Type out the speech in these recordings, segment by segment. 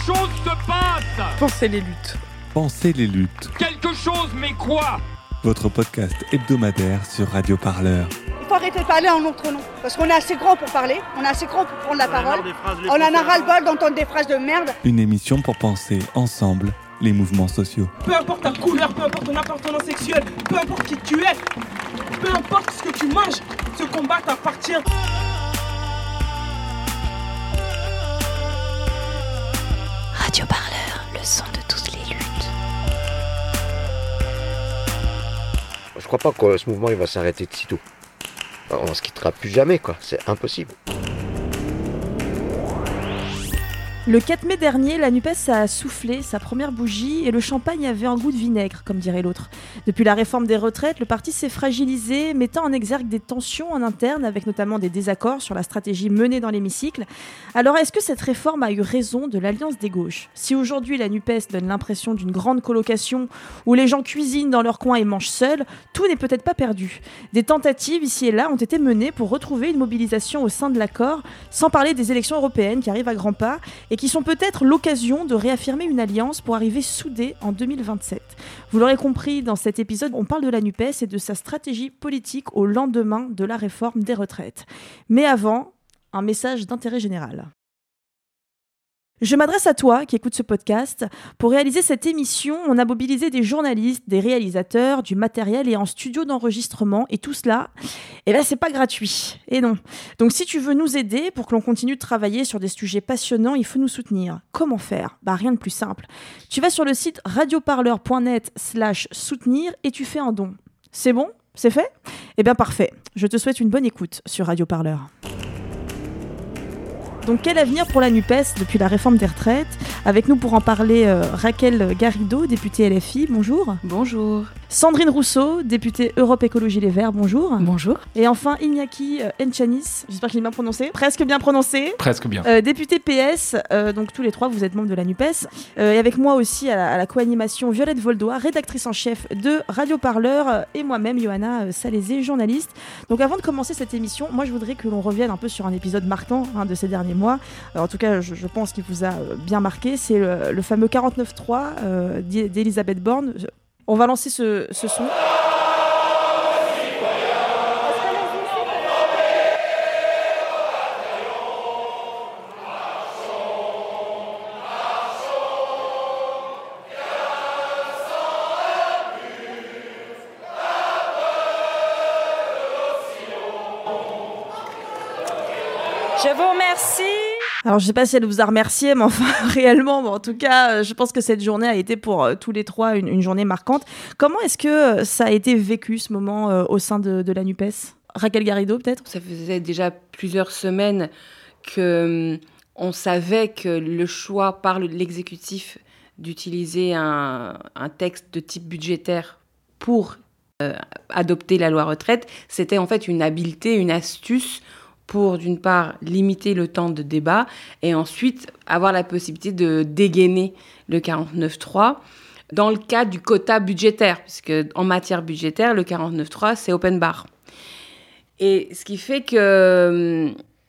chose se passe. Pensez les luttes. Pensez les luttes. Quelque chose, mais quoi? Votre podcast hebdomadaire sur Radio Parleur. Il faut arrêter de parler en notre nom. Parce qu'on est assez grand pour parler, on est assez grand pour prendre la parole. On en a ras-le-bol d'entendre des phrases de merde. Une émission pour penser ensemble les mouvements sociaux. Peu importe ta couleur, peu importe ton appartenance sexuelle, peu importe qui tu es, peu importe ce que tu manges, ce combat t'appartient. Radio Parleur, le son de toutes les luttes. Je crois pas que ce mouvement il va s'arrêter de sitôt. On se quittera plus jamais, quoi. C'est impossible. Le 4 mai dernier, la NUPES a soufflé sa première bougie et le champagne avait un goût de vinaigre, comme dirait l'autre. Depuis la réforme des retraites, le parti s'est fragilisé, mettant en exergue des tensions en interne, avec notamment des désaccords sur la stratégie menée dans l'hémicycle. Alors, est-ce que cette réforme a eu raison de l'alliance des gauches ? Si aujourd'hui la NUPES donne l'impression d'une grande colocation où les gens cuisinent dans leur coin et mangent seuls, tout n'est peut-être pas perdu. Des tentatives ici et là ont été menées pour retrouver une mobilisation au sein de l'accord, sans parler des élections européennes qui arrivent à grands pas et qui sont peut-être l'occasion de réaffirmer une alliance pour arriver soudés en 2027. Vous l'aurez compris, dans cet épisode, on parle de la NUPES et de sa stratégie politique au lendemain de la réforme des retraites. Mais avant, un message d'intérêt général. Je m'adresse à toi qui écoutes ce podcast. Pour réaliser cette émission, on a mobilisé des journalistes, des réalisateurs, du matériel et un studio d'enregistrement. Et tout cela, c'est pas gratuit. Et non. Donc si tu veux nous aider pour que l'on continue de travailler sur des sujets passionnants, il faut nous soutenir. Comment faire ? Rien de plus simple. Tu vas sur le site radioparleur.net/soutenir et tu fais un don. C'est bon ? C'est fait ? Parfait. Je te souhaite une bonne écoute sur Radio Parleur. Donc quel avenir pour la NUPES depuis la réforme des retraites ? Avec nous pour en parler, Raquel Garrido, députée LFI, bonjour. Bonjour. Sandrine Rousseau, députée Europe Écologie Les Verts, bonjour. Bonjour. Et enfin Iñaki Enchanis, j'espère que je l'ai bien prononcé. Presque bien prononcé. Presque bien. Député PS, donc tous les trois vous êtes membres de la NUPES. Et avec moi aussi à la co-animation Violette Voldois, rédactrice en chef de Radio Parleur, et moi-même Johanna Salézé, journaliste. Donc avant de commencer cette émission, moi je voudrais que l'on revienne un peu sur un épisode marquant de ces derniers mois. En tout cas, je pense qu'il vous a bien marqué. C'est le fameux 49.3 d'Elisabeth Borne. On va lancer ce son. Je vous remercie. Alors, je ne sais pas si elle vous a remercié, mais enfin, réellement, en tout cas, je pense que cette journée a été pour tous les trois une journée marquante. Comment est-ce que ça a été vécu, ce moment, au sein de la NUPES ? Raquel Garrido, peut-être ? Ça faisait déjà plusieurs semaines qu'on savait que le choix par l'exécutif d'utiliser un texte de type budgétaire pour adopter la loi retraite, c'était en fait une habileté, une astuce pour, d'une part, limiter le temps de débat et ensuite avoir la possibilité de dégainer le 49.3 dans le cadre du quota budgétaire, puisque en matière budgétaire, le 49.3, c'est open bar. Et ce qui fait que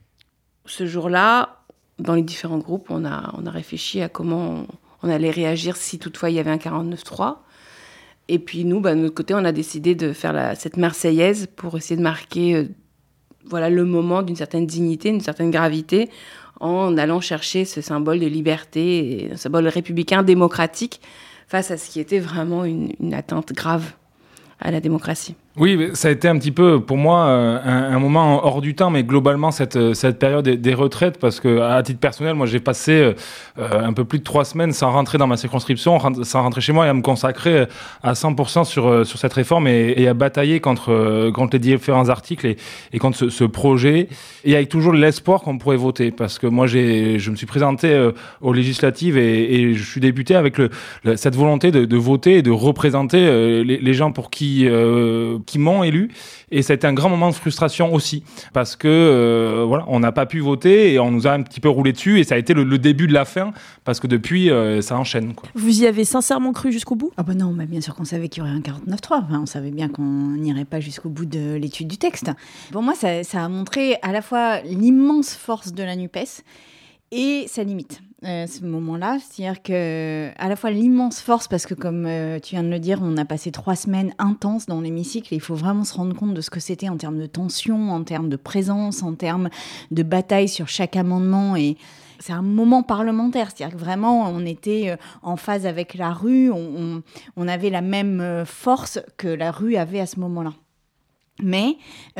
ce jour-là, dans les différents groupes, on a réfléchi à comment on allait réagir si toutefois il y avait un 49.3. Et puis nous, de notre côté, on a décidé de faire cette Marseillaise pour essayer de marquer le moment d'une certaine dignité, d'une certaine gravité, en allant chercher ce symbole de liberté, et un symbole républicain démocratique, face à ce qui était vraiment une atteinte grave à la démocratie. Oui, ça a été un petit peu, pour moi, un moment hors du temps, mais globalement, cette période des retraites, parce que, à titre personnel, moi, j'ai passé un peu plus de 3 semaines sans rentrer dans ma circonscription, sans rentrer chez moi et à me consacrer à 100% sur cette réforme et à batailler contre les différents articles et contre ce projet, et avec toujours l'espoir qu'on pourrait voter, parce que moi, je me suis présenté aux législatives et je suis député avec cette volonté de voter et de représenter les gens pour qui m'ont élu, et ça a été un grand moment de frustration aussi parce que on n'a pas pu voter et on nous a un petit peu roulé dessus, et ça a été le début de la fin parce que depuis ça enchaîne, quoi. Vous y avez sincèrement cru jusqu'au bout ? Non, bien sûr qu'on savait qu'il y aurait un 49.3. On savait bien qu'on n'irait pas jusqu'au bout de l'étude du texte. Pour moi, ça a montré à la fois l'immense force de la NUPES et sa limite. Ce moment-là, c'est-à-dire que à la fois l'immense force, parce que comme tu viens de le dire, on a passé 3 semaines intenses dans l'hémicycle, et il faut vraiment se rendre compte de ce que c'était en termes de tension, en termes de présence, en termes de bataille sur chaque amendement, et c'est un moment parlementaire, c'est-à-dire que vraiment on était en phase avec la rue, on avait la même force que la rue avait à ce moment-là. Mais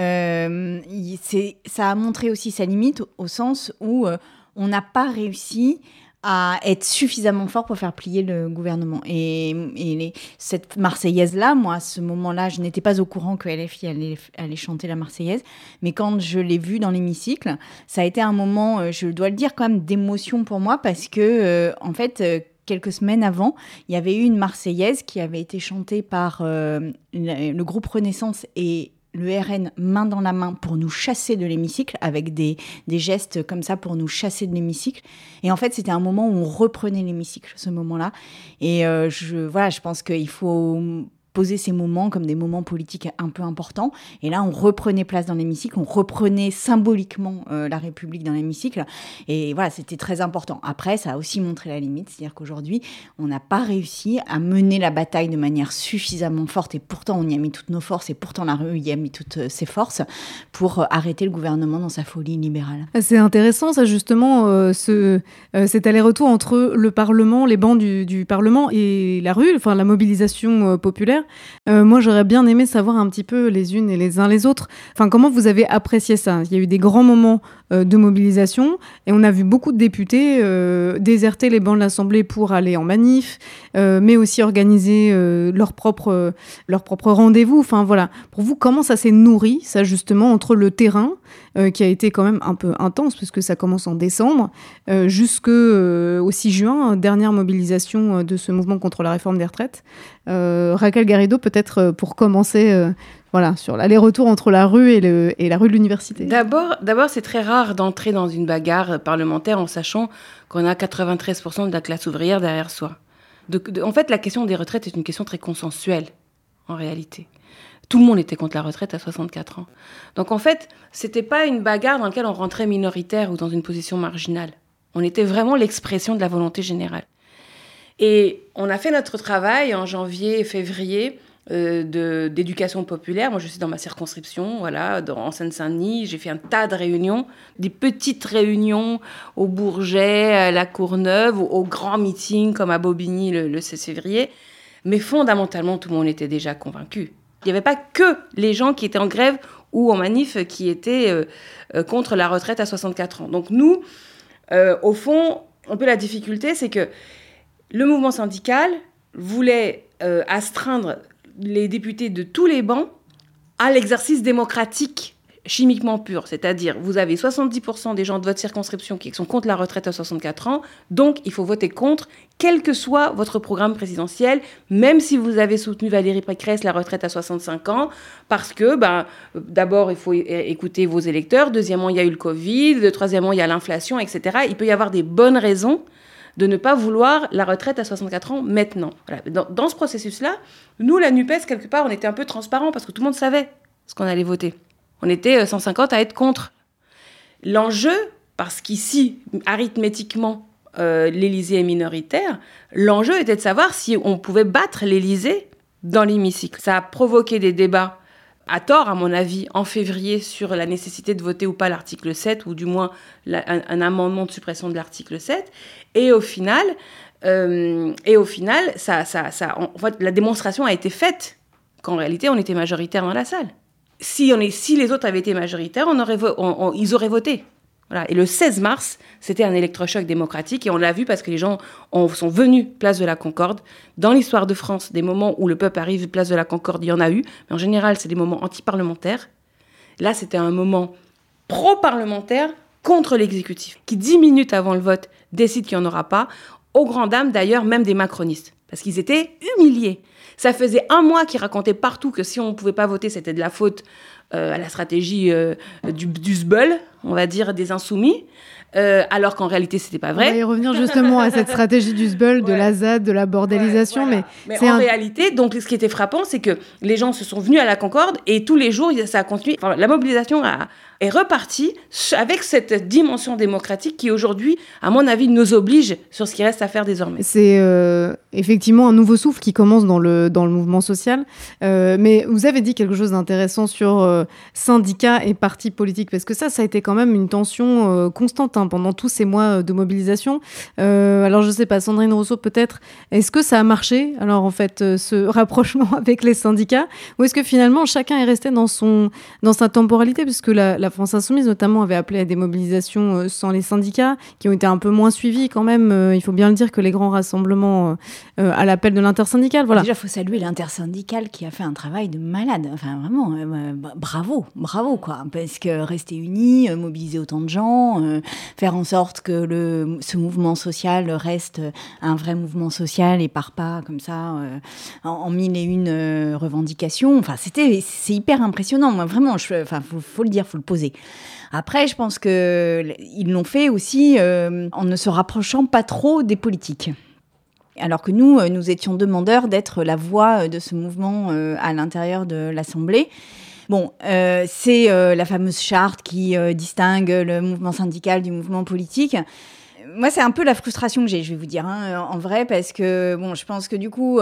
ça a montré aussi sa limite au sens où on n'a pas réussi à être suffisamment fort pour faire plier le gouvernement. Et cette Marseillaise-là, moi, à ce moment-là, je n'étais pas au courant que LFI allait chanter la Marseillaise, mais quand je l'ai vue dans l'hémicycle, ça a été un moment, je dois le dire quand même, d'émotion pour moi, parce que, en fait, quelques semaines avant, il y avait eu une Marseillaise qui avait été chantée par le groupe Renaissance et le RN main dans la main pour nous chasser de l'hémicycle, avec des gestes comme ça pour nous chasser de l'hémicycle. Et en fait, c'était un moment où on reprenait l'hémicycle, ce moment-là. Et je pense qu'il faut poser ces moments comme des moments politiques un peu importants. Et là, on reprenait place dans l'hémicycle, on reprenait symboliquement la République dans l'hémicycle. Et voilà, c'était très important. Après, ça a aussi montré la limite, c'est-à-dire qu'aujourd'hui, on n'a pas réussi à mener la bataille de manière suffisamment forte, et pourtant on y a mis toutes nos forces, et pourtant la rue y a mis toutes ses forces pour arrêter le gouvernement dans sa folie libérale. C'est intéressant, ça, justement, cet aller-retour entre le Parlement, les bancs du Parlement et la rue, enfin la mobilisation populaire. Moi, j'aurais bien aimé savoir un petit peu les unes et les uns les autres. Enfin, comment vous avez apprécié ça ? Il y a eu des grands moments de mobilisation, et on a vu beaucoup de députés déserter les bancs de l'Assemblée pour aller en manif, mais aussi organiser leur propre rendez-vous. Enfin, voilà. Pour vous, comment ça s'est nourri, ça, justement, entre le terrain, qui a été quand même un peu intense, puisque ça commence en décembre, jusqu'au 6 juin, dernière mobilisation de ce mouvement contre la réforme des retraites. Raquel Garrido, peut-être pour commencer sur l'aller-retour entre la rue et la rue de l'université. D'abord, c'est très rare d'entrer dans une bagarre parlementaire en sachant qu'on a 93% de la classe ouvrière derrière soi. En fait, la question des retraites est une question très consensuelle, en réalité. Tout le monde était contre la retraite à 64 ans. Donc en fait, c'était pas une bagarre dans laquelle on rentrait minoritaire ou dans une position marginale. On était vraiment l'expression de la volonté générale. Et on a fait notre travail en janvier et février d'éducation populaire. Moi, je suis dans ma circonscription, en Seine-Saint-Denis. J'ai fait un tas de réunions, des petites réunions au Bourget, à la Courneuve, au grand meeting comme à Bobigny le 16 février. Mais fondamentalement, tout le monde était déjà convaincu. Il n'y avait pas que les gens qui étaient en grève ou en manif qui étaient contre la retraite à 64 ans. Donc nous, au fond, un peu la difficulté, c'est que le mouvement syndical voulait astreindre les députés de tous les bancs à l'exercice démocratique chimiquement pur. C'est-à-dire, vous avez 70% des gens de votre circonscription qui sont contre la retraite à 64 ans, donc il faut voter contre, quel que soit votre programme présidentiel, même si vous avez soutenu Valérie Pécresse la retraite à 65 ans, parce que, d'abord, il faut écouter vos électeurs, deuxièmement, il y a eu le Covid, troisièmement, il y a l'inflation, etc. Il peut y avoir des bonnes raisons de ne pas vouloir la retraite à 64 ans maintenant. Voilà. Dans ce processus-là, nous, la NUPES, quelque part, on était un peu transparents parce que tout le monde savait ce qu'on allait voter. On était 150 à être contre. L'enjeu, parce qu'ici, arithmétiquement, l'Élysée est minoritaire, l'enjeu était de savoir si on pouvait battre l'Élysée dans l'hémicycle. Ça a provoqué des débats, à tort, à mon avis, en février, sur la nécessité de voter ou pas l'article 7, ou du moins un amendement de suppression de l'article 7. Et au final, en fait, la démonstration a été faite qu'en réalité, on était majoritaire dans la salle. Si les autres avaient été majoritaires, ils auraient voté. Voilà. Et le 16 mars, c'était un électrochoc démocratique, et on l'a vu parce que les gens sont venus place de la Concorde. Dans l'histoire de France, des moments où le peuple arrive place de la Concorde, il y en a eu, mais en général, c'est des moments anti-parlementaires. Là, c'était un moment pro-parlementaire contre l'exécutif, qui 10 minutes avant le vote décide qu'il n'y en aura pas, aux grandes dames d'ailleurs, même des macronistes, parce qu'ils étaient humiliés. Ça faisait un mois qu'ils racontaient partout que si on ne pouvait pas voter, c'était de la faute à la stratégie du SBUL, on va dire, des insoumis. Alors qu'en réalité, c'était pas vrai. On va y revenir justement à cette stratégie du SBUL, de la ZAD, de la bordélisation. Mais en réalité, donc, ce qui était frappant, c'est que les gens se sont venus à la Concorde et tous les jours, ça a continué. Enfin, la mobilisation est repartie avec cette dimension démocratique qui, aujourd'hui, à mon avis, nous oblige sur ce qui reste à faire désormais. C'est effectivement un nouveau souffle qui commence dans le mouvement social. Mais vous avez dit quelque chose d'intéressant sur syndicats et partis politiques, parce que ça a été quand même une tension constante pendant tous ces mois de mobilisation. Alors, je ne sais pas, Sandrine Rousseau, peut-être, est-ce que ça a marché, alors, en fait, ce rapprochement avec les syndicats, ou est-ce que finalement, chacun est resté dans sa temporalité, puisque la France Insoumise, notamment, avait appelé à des mobilisations sans les syndicats, qui ont été un peu moins suivies quand même. Il faut bien le dire que les grands rassemblements à l'appel de l'intersyndical, voilà. Déjà, il faut saluer l'intersyndical qui a fait un travail de malade. Enfin, vraiment, bravo, quoi. Parce que rester unis, mobiliser autant de gens, faire en sorte que ce mouvement social reste un vrai mouvement social et part pas comme ça en mille et une revendications. Enfin, c'est hyper impressionnant. Moi, vraiment, faut le dire, faut le poser. Après, je pense qu'ils l'ont fait aussi en ne se rapprochant pas trop des politiques. Alors que nous étions demandeurs d'être la voix de ce mouvement à l'intérieur de l'Assemblée. Bon, c'est la fameuse charte qui distingue le mouvement syndical du mouvement politique. Moi, c'est un peu la frustration que j'ai, je vais vous dire, en vrai, parce que, bon, je pense que du coup,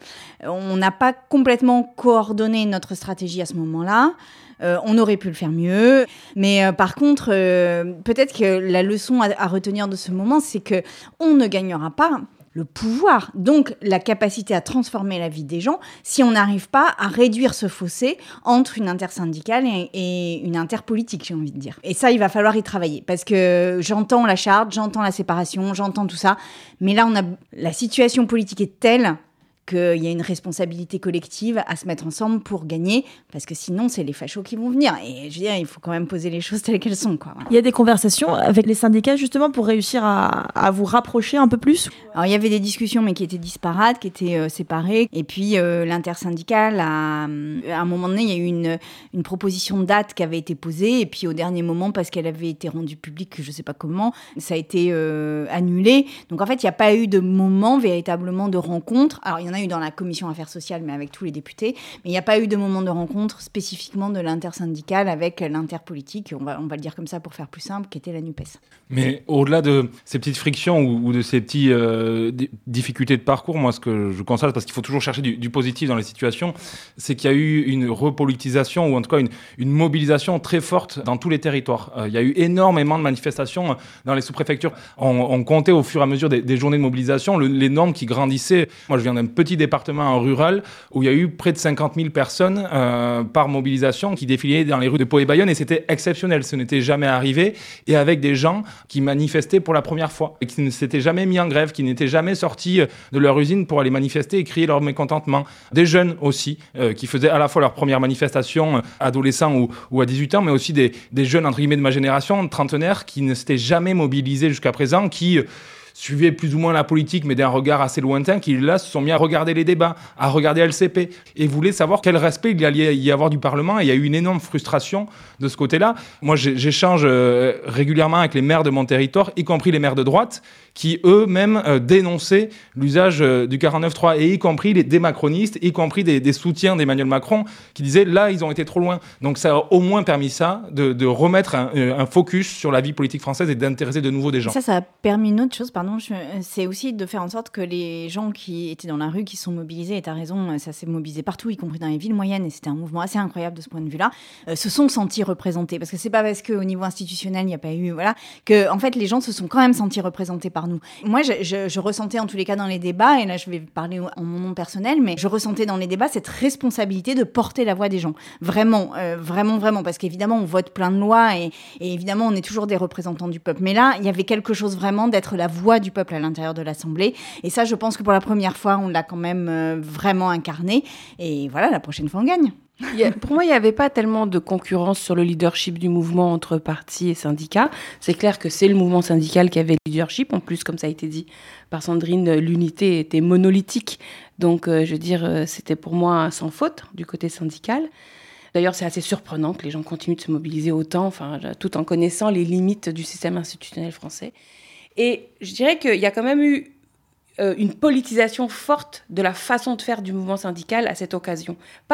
on n'a pas complètement coordonné notre stratégie à ce moment-là. On aurait pu le faire mieux. Mais par contre, peut-être que la leçon à retenir de ce moment, c'est qu'on ne gagnera pas le pouvoir, donc la capacité à transformer la vie des gens, si on n'arrive pas à réduire ce fossé entre une intersyndicale et une interpolitique, j'ai envie de dire. Et ça, il va falloir y travailler, parce que j'entends la charte, j'entends la séparation, j'entends tout ça, mais là, la situation politique est telle qu'il y a une responsabilité collective à se mettre ensemble pour gagner, parce que sinon, c'est les fachos qui vont venir. Et je veux dire, il faut quand même poser les choses telles qu'elles sont, quoi. Il y a des conversations avec les syndicats, justement, pour réussir à vous rapprocher un peu plus? Alors, il y avait des discussions, mais qui étaient disparates, qui étaient séparées. Et puis, l'intersyndicale, à un moment donné, il y a eu une proposition de date qui avait été posée. Et puis, au dernier moment, parce qu'elle avait été rendue publique, je ne sais pas comment, ça a été annulé. Donc, en fait, il n'y a pas eu de moment véritablement de rencontre. Alors, il y en a eu dans la commission affaires sociales, mais avec tous les députés. Mais il n'y a pas eu de moment de rencontre spécifiquement de l'intersyndicale avec l'interpolitique, on va le dire comme ça pour faire plus simple, qui était la NUPES. Mais au-delà de ces petites frictions ou de ces petites difficultés de parcours, moi, ce que je constate, parce qu'il faut toujours chercher du positif dans les situations, c'est qu'il y a eu une repolitisation, ou en tout cas une mobilisation très forte dans tous les territoires. Il y a eu énormément de manifestations dans les sous-préfectures. On comptait au fur et à mesure des journées de mobilisation les nombres qui grandissaient. Moi, je viens d'un petit département en rural où il y a eu près de 50 000 personnes par mobilisation qui défilaient dans les rues de Pau et Bayonne, et c'était exceptionnel, ce n'était jamais arrivé, et avec des gens qui manifestaient pour la première fois et qui ne s'étaient jamais mis en grève, qui n'étaient jamais sortis de leur usine pour aller manifester et crier leur mécontentement. Des jeunes aussi qui faisaient à la fois leur première manifestation adolescents ou à 18 ans, mais aussi des jeunes entre guillemets de ma génération, trentenaires, qui ne s'étaient jamais mobilisés jusqu'à présent, qui suivaient plus ou moins la politique, mais d'un regard assez lointain, qui là se sont mis à regarder les débats, à regarder LCP, et voulaient savoir quel respect il allait y avoir du Parlement. Et il y a eu une énorme frustration de ce côté-là. Moi, j'échange régulièrement avec les maires de mon territoire, y compris les maires de droite, qui eux-mêmes dénonçaient l'usage du 49.3, et y compris des macronistes, y compris des soutiens d'Emmanuel Macron, qui disaient là, ils ont été trop loin. Donc ça a au moins permis ça, de remettre un focus sur la vie politique française et d'intéresser de nouveau des gens. Ça a permis une autre chose, pardon, c'est aussi de faire en sorte que les gens qui étaient dans la rue, qui sont mobilisés, et t'as raison, ça s'est mobilisé partout, y compris dans les villes moyennes, et c'était un mouvement assez incroyable de ce point de vue-là, se sont sentis représentés. Parce que c'est pas parce qu'au niveau institutionnel, il n'y a pas eu, voilà, que en fait, les gens se sont quand même sentis représentés par nous. Moi, je ressentais en tous les cas dans les débats, et là, je vais parler en mon nom personnel, mais je ressentais dans les débats cette responsabilité de porter la voix des gens. Vraiment, vraiment, parce qu'évidemment, on vote plein de lois, et évidemment, on est toujours des représentants du peuple. Mais là, il y avait quelque chose vraiment d'être la voix du peuple à l'intérieur de l'Assemblée. Et ça, je pense que pour la première fois, on l'a quand même vraiment incarné. Et voilà, la prochaine fois, on gagne. Pour moi, il n'y avait pas tellement de concurrence sur le leadership du mouvement entre partis et syndicats. C'est clair que c'est le mouvement syndical qui avait le leadership. En plus, comme ça a été dit par Sandrine, l'unité était monolithique. Donc, je veux dire, c'était pour moi sans faute du côté syndical. D'ailleurs, c'est assez surprenant que les gens continuent de se mobiliser autant, tout en connaissant les limites du système institutionnel français. Et je dirais qu'il y a quand même eu une politisation forte de la façon de faire du mouvement syndical à cette occasion.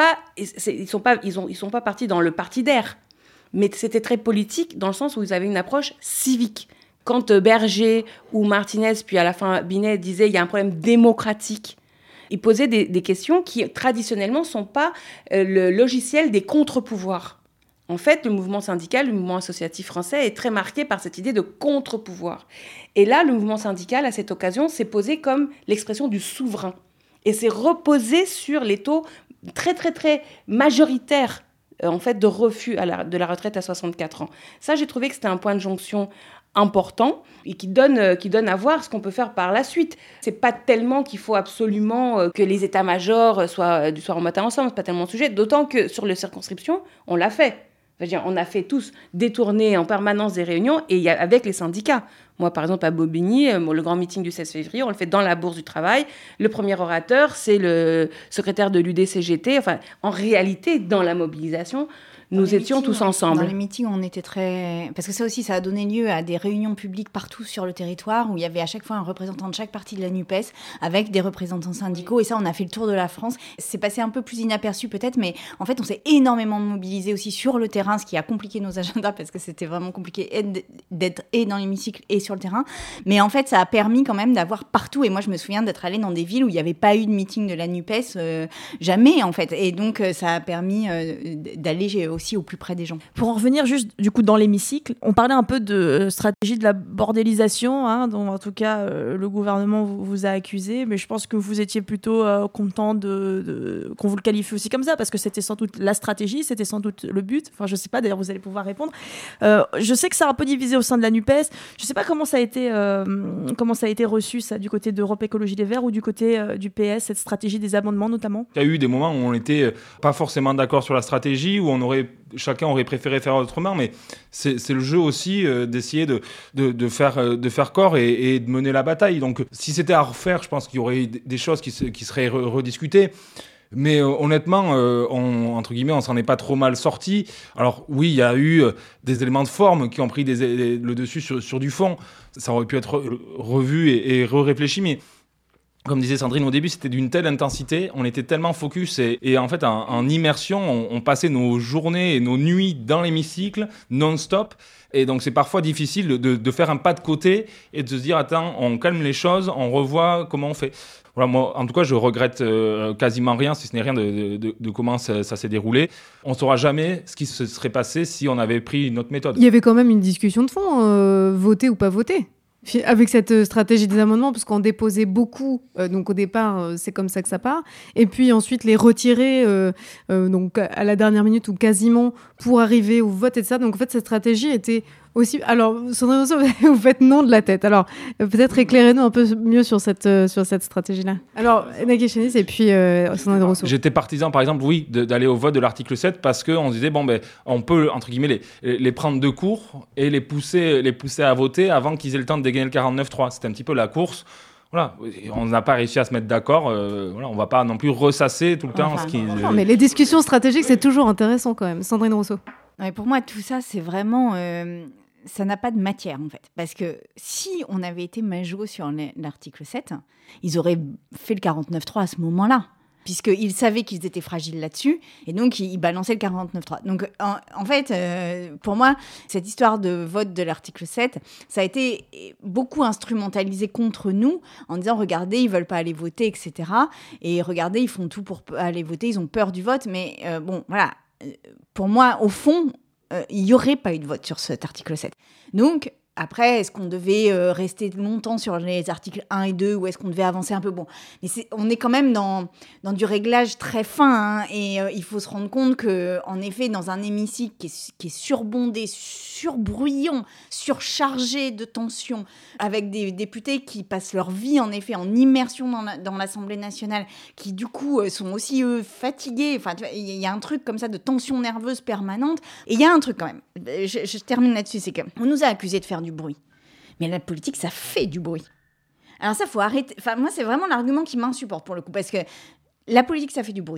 Ils sont pas partis dans le partidaire, mais c'était très politique dans le sens où ils avaient une approche civique. Quand Berger ou Martinez, puis à la fin Binet, disaient il y a un problème démocratique, ils posaient des questions qui traditionnellement ne sont pas le logiciel des contre-pouvoirs. En fait, le mouvement syndical, le mouvement associatif français est très marqué par cette idée de contre-pouvoir. Et là, le mouvement syndical, à cette occasion, s'est posé comme l'expression du souverain. Et s'est reposé sur les taux très, très, très majoritaires en fait, de refus de la retraite à 64 ans. Ça, j'ai trouvé que c'était un point de jonction important et qui donne à voir ce qu'on peut faire par la suite. C'est pas tellement qu'il faut absolument que les états-majors soient du soir au matin ensemble, c'est pas tellement le sujet, d'autant que sur les circonscriptions, on l'a fait. On a fait tous détourner en permanence des réunions et avec les syndicats. Moi, par exemple, à Bobigny, le grand meeting du 16 février, on le fait dans la Bourse du Travail. Le premier orateur, c'est le secrétaire de l'UDCGT. Enfin, en réalité, dans la mobilisation, nous étions tous ensemble. Dans les meetings, on était très... Parce que ça aussi, ça a donné lieu à des réunions publiques partout sur le territoire où il y avait à chaque fois un représentant de chaque parti de la NUPES avec des représentants syndicaux. Et ça, on a fait le tour de la France. C'est passé un peu plus inaperçu peut-être, mais en fait, on s'est énormément mobilisé aussi sur le terrain, ce qui a compliqué nos agendas parce que c'était vraiment compliqué d'être et dans l'hémicycle et sur le terrain. Mais en fait, ça a permis quand même d'avoir partout. Et moi, je me souviens d'être allée dans des villes où il n'y avait pas eu de meeting de la NUPES, jamais en fait. Et donc, ça a permis d'aller aussi au plus près des gens. Pour en revenir juste du coup dans l'hémicycle, on parlait un peu de stratégie de la bordélisation, dont en tout cas le gouvernement vous a accusé, mais je pense que vous étiez plutôt content qu'on vous le qualifie aussi comme ça, parce que c'était sans doute la stratégie, c'était sans doute le but. Enfin, je sais pas, d'ailleurs vous allez pouvoir répondre. Je sais que ça a un peu divisé au sein de la NUPES. Je sais pas comment ça a été reçu ça du côté d'Europe Écologie Les Verts ou du côté du PS, cette stratégie des amendements notamment. Il y a eu des moments où on n'était pas forcément d'accord sur la stratégie, où chacun aurait préféré faire autrement, mais c'est le jeu aussi d'essayer de faire corps et de mener la bataille. Donc si c'était à refaire, je pense qu'il y aurait des choses qui seraient rediscutées. Mais honnêtement, on s'en est pas trop mal sorti. Alors oui, il y a eu des éléments de forme qui ont pris le dessus sur du fond. Ça aurait pu être revu et réfléchi, mais comme disait Sandrine au début, c'était d'une telle intensité, on était tellement focus et en fait en immersion, on passait nos journées et nos nuits dans l'hémicycle non-stop. Et donc c'est parfois difficile de faire un pas de côté et de se dire attends, on calme les choses, on revoit comment on fait. Voilà, moi, en tout cas, je regrette quasiment rien, si ce n'est rien de comment ça s'est déroulé. On ne saura jamais ce qui se serait passé si on avait pris une autre méthode. Il y avait quand même une discussion de fond, voter ou pas voter. Avec cette stratégie des amendements, parce qu'on déposait beaucoup, donc au départ, c'est comme ça que ça part. Et puis ensuite, les retirer donc à la dernière minute ou quasiment pour arriver au vote et tout ça. Donc en fait, cette stratégie était aussi... Alors, Sandrine Rousseau, vous faites non de la tête. Alors, peut-être éclairez-nous un peu mieux sur cette stratégie-là. Alors, Nagui Chenis et puis Sandrine Rousseau. J'étais partisan, par exemple, oui, d'aller au vote de l'article 7 parce qu'on se disait, on peut, entre guillemets, les prendre de court et les pousser à voter avant qu'ils aient le temps de dégainer le 49-3. C'était un petit peu la course. Voilà, on n'a pas réussi à se mettre d'accord. On ne va pas non plus ressasser tout le temps. Non, mais les discussions stratégiques, c'est toujours intéressant quand même. Sandrine Rousseau. Ouais, pour moi, tout ça, c'est vraiment... ça n'a pas de matière, en fait. Parce que si on avait été majoritaire sur l'article 7, ils auraient fait le 49-3 à ce moment-là. Puisqu'ils savaient qu'ils étaient fragiles là-dessus, et donc ils balançaient le 49-3. Donc, en fait, pour moi, cette histoire de vote de l'article 7, ça a été beaucoup instrumentalisé contre nous, en disant, regardez, ils veulent pas aller voter, etc. Et regardez, ils font tout pour aller voter, ils ont peur du vote, mais bon, voilà. Pour moi, au fond, il n'y aurait pas eu de vote sur cet article 7. Donc, après, est-ce qu'on devait rester longtemps sur les articles 1 et 2 ou est-ce qu'on devait avancer un peu ? Bon, mais on est quand même dans du réglage très fin et il faut se rendre compte qu'en effet, dans un hémicycle qui est surbondé, surbruyant, surchargé de tensions, avec des députés qui passent leur vie en effet en immersion dans l'Assemblée nationale, qui du coup sont aussi fatigués, enfin, il y a un truc comme ça de tension nerveuse permanente. Et il y a un truc quand même, je termine là-dessus, c'est qu'on nous a accusés de faire du bruit. Mais la politique, ça fait du bruit. Alors ça, faut arrêter. Enfin, moi, c'est vraiment l'argument qui m'insupporte pour le coup, parce que la politique, ça fait du bruit.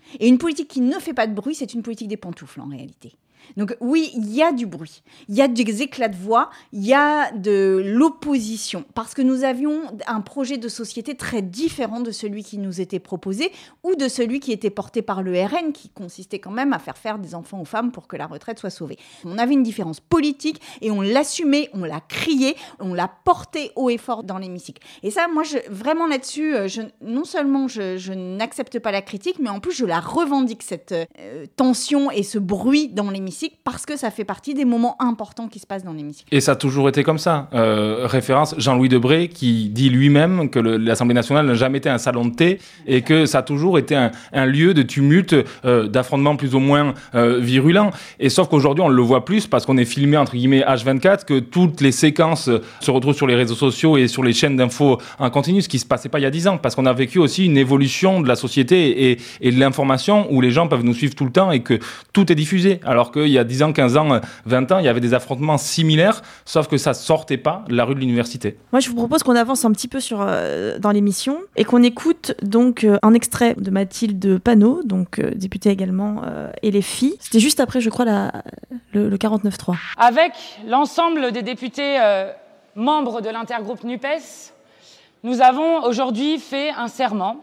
Et une politique qui ne fait pas de bruit, c'est une politique des pantoufles en réalité. Donc oui, il y a du bruit, il y a des éclats de voix, il y a de l'opposition, parce que nous avions un projet de société très différent de celui qui nous était proposé ou de celui qui était porté par le RN, qui consistait quand même à faire des enfants aux femmes pour que la retraite soit sauvée. On avait une différence politique et on l'assumait, on l'a crié, on l'a porté haut et fort dans l'hémicycle. Et ça, moi, vraiment là-dessus, non seulement je n'accepte pas la critique, mais en plus je la revendique, cette tension et ce bruit dans l'hémicycle, parce que ça fait partie des moments importants qui se passent dans l'hémicycle. Et ça a toujours été comme ça. Référence Jean-Louis Debré qui dit lui-même que l'Assemblée nationale n'a jamais été un salon de thé et que ça a toujours été un lieu de tumulte, d'affrontements plus ou moins virulents. Et sauf qu'aujourd'hui, on le voit plus parce qu'on est filmé entre guillemets H24, que toutes les séquences se retrouvent sur les réseaux sociaux et sur les chaînes d'infos en continu, ce qui se passait pas il y a 10 ans, parce qu'on a vécu aussi une évolution de la société et de l'information où les gens peuvent nous suivre tout le temps et que tout est diffusé. Alors qu'il y a 10 ans, 15 ans, 20 ans, il y avait des affrontements similaires, sauf que ça sortait pas de la rue de l'université. Moi, je vous propose qu'on avance un petit peu dans l'émission et qu'on écoute donc un extrait de Mathilde Panot, donc députée également, et les filles. C'était juste après, je crois, le 49.3. Avec l'ensemble des députés membres de l'intergroupe NUPES, nous avons aujourd'hui fait un serment